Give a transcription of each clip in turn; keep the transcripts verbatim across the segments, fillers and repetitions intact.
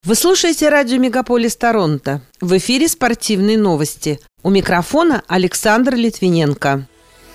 Вы слушаете радио «Мегаполис Торонто». В эфире спортивные новости. У микрофона Александр Литвиненко.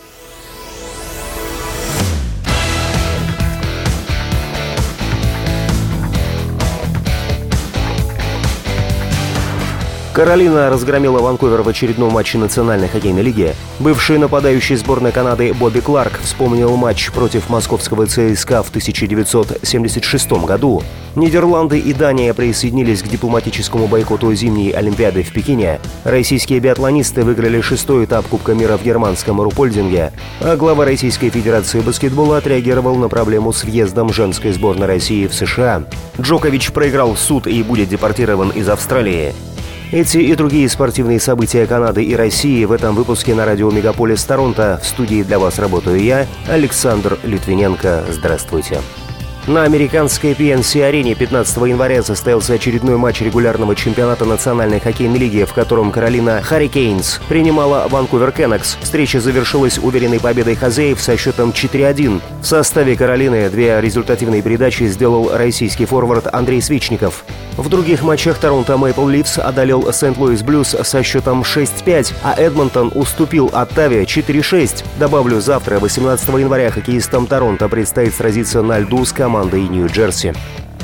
Каролина разгромила Ванкувер в очередном матче Национальной хоккейной лиги. Бывший нападающий сборной Канады Бобби Кларк вспомнил матч против московского ЦСКА в тысяча девятьсот семьдесят шестом году. Нидерланды и Дания присоединились к дипломатическому бойкоту зимней Олимпиады в Пекине. Российские биатлонисты выиграли шестой этап Кубка мира в германском Рупольдинге. А глава Российской Федерации баскетбола отреагировал на проблему с въездом женской сборной России в США. Джокович проиграл суд и будет депортирован из Австралии. Эти и другие спортивные события Канады и России в этом выпуске на радио «Мегаполис Торонто». В студии для вас работаю я, Александр Литвиненко. Здравствуйте. На американской пи эн си-арене пятнадцатого января состоялся очередной матч регулярного чемпионата Национальной хоккейной лиги, в котором Каролина Харрикейнс принимала Ванкувер Кеннекс. Встреча завершилась уверенной победой хозяев со счетом четыре один. В составе Каролины две результативные передачи сделал российский форвард Андрей Свечников. В других матчах Торонто Мэйпл Лифс одолел Сент-Луис Блюз со счетом шесть пять, а Эдмонтон уступил Оттаве четыре шесть. Добавлю, завтра, восемнадцатого января, хоккеистам Торонто предстоит сразиться на льду с командой Нью-Джерси.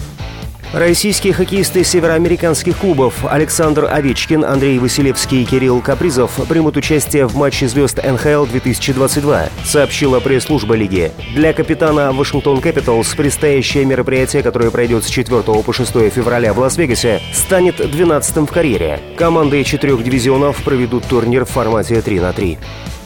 Российские хоккеисты североамериканских клубов Александр Овечкин, Андрей Василевский и Кирилл Капризов примут участие в матче звезд эн ха эл две тысячи двадцать два, сообщила пресс-служба лиги. Для капитана Вашингтон Кэпиталс предстоящее мероприятие, которое пройдет с четвёртого по шестое февраля в Лас-Вегасе, станет двенадцатым в карьере. Команды четырех дивизионов проведут турнир в формате три на три.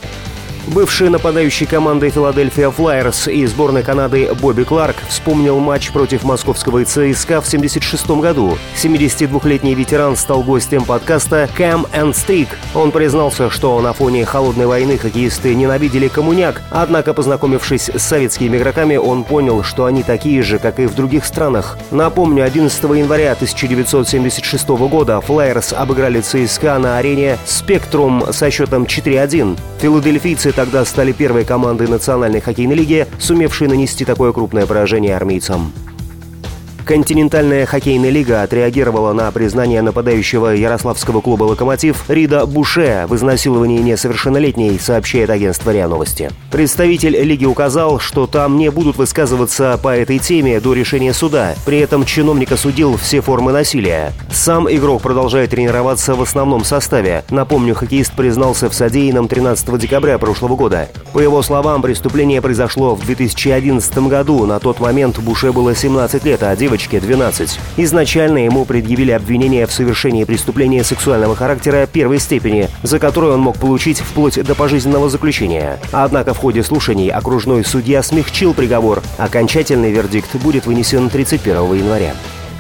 Бывший нападающий команды Филадельфия Флайерс и сборной Канады Бобби Кларк вспомнил матч против московского ЦСКА в семьдесят шестом году. семидесятидвухлетний ветеран стал гостем подкаста «Come and Stick». Он признался, что на фоне холодной войны хоккеисты ненавидели коммуняк, однако, познакомившись с советскими игроками, он понял, что они такие же, как и в других странах. Напомню, одиннадцатого января тысяча девятьсот семьдесят шестого года Флайерс обыграли ЦСКА на арене «Спектрум» со счетом четыре один. Филадельфийцы тогда стали первой командой Национальной хоккейной лиги, сумевшей нанести такое крупное поражение армейцам. Континентальная хоккейная лига отреагировала на признание нападающего ярославского клуба «Локомотив» Рида Буше в изнасиловании несовершеннолетней, сообщает агентство РИА Новости. Представитель лиги указал, что там не будут высказываться по этой теме до решения суда. При этом чиновник осудил все формы насилия. Сам игрок продолжает тренироваться в основном составе. Напомню, хоккеист признался в содеянном тринадцатого декабря прошлого года. По его словам, преступление произошло в две тысячи одиннадцатом году. На тот момент Буше было семнадцать лет, а девочке двенадцать. Изначально ему предъявили обвинение в совершении преступления сексуального характера первой степени, за которое он мог получить вплоть до пожизненного заключения. Однако в ходе слушаний окружной судья смягчил приговор. Окончательный вердикт будет вынесен тридцать первого января.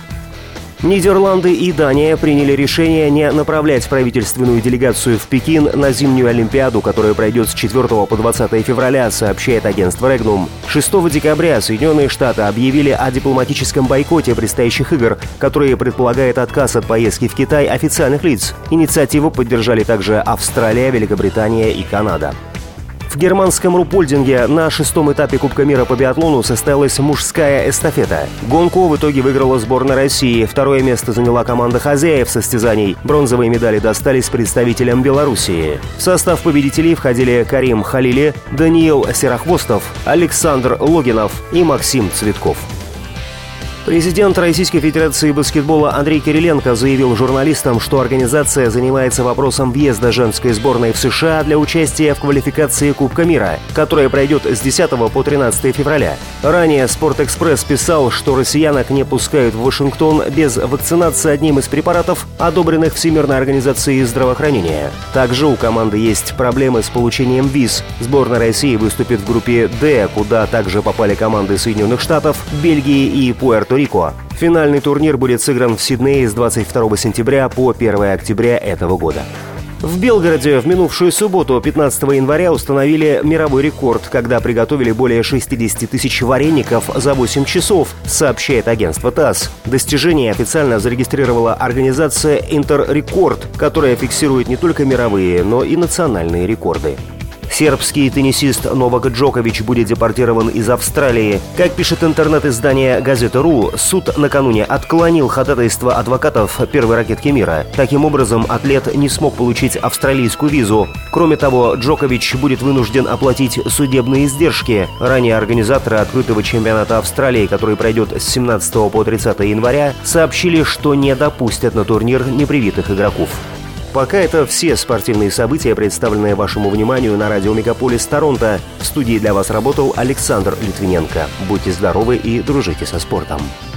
Нидерланды и Дания приняли решение не направлять правительственную делегацию в Пекин на зимнюю Олимпиаду, которая пройдет с четвёртого по двадцатое февраля, сообщает агентство Регнум. шестого декабря Соединенные Штаты объявили о дипломатическом бойкоте предстоящих игр, который предполагает отказ от поездки в Китай официальных лиц. Инициативу поддержали также Австралия, Великобритания и Канада. В германском Рупольдинге на шестом этапе Кубка мира по биатлону состоялась мужская эстафета. Гонку в итоге выиграла сборная России. Второе место заняла команда хозяев состязаний. Бронзовые медали достались представителям Белоруссии. В состав победителей входили Карим Халили, Даниил Серохвостов, Александр Логинов и Максим Цветков. Президент Российской Федерации баскетбола Андрей Кириленко заявил журналистам, что организация занимается вопросом въезда женской сборной в США для участия в квалификации Кубка мира, которая пройдет с десятого по тринадцатое февраля. Ранее «Спортэкспресс» писал, что россиянок не пускают в Вашингтон без вакцинации одним из препаратов, одобренных Всемирной организацией здравоохранения. Также у команды есть проблемы с получением виз. Сборная России выступит в группе «Д», куда также попали команды Соединенных Штатов, Бельгии и Пуэрто-Рико. Финальный турнир будет сыгран в Сиднее с двадцать второго сентября по первое октября этого года. В Белгороде в минувшую субботу, пятнадцатого января, установили мировой рекорд, когда приготовили более шестьдесят тысяч вареников за восемь часов, сообщает агентство ТАСС. Достижение официально зарегистрировала организация «Интеррекорд», которая фиксирует не только мировые, но и национальные рекорды. Сербский теннисист Новак Джокович будет депортирован из Австралии. Как пишет интернет-издание «Газета.ру», суд накануне отклонил ходатайство адвокатов первой ракетки мира. Таким образом, атлет не смог получить австралийскую визу. Кроме того, Джокович будет вынужден оплатить судебные издержки. Ранее организаторы открытого чемпионата Австралии, который пройдет с семнадцатого по тридцатое января, сообщили, что не допустят на турнир непривитых игроков. Пока это все спортивные события, представленные вашему вниманию на радио «Мегаполис Торонто». В студии для вас работал Александр Литвиненко. Будьте здоровы и дружите со спортом.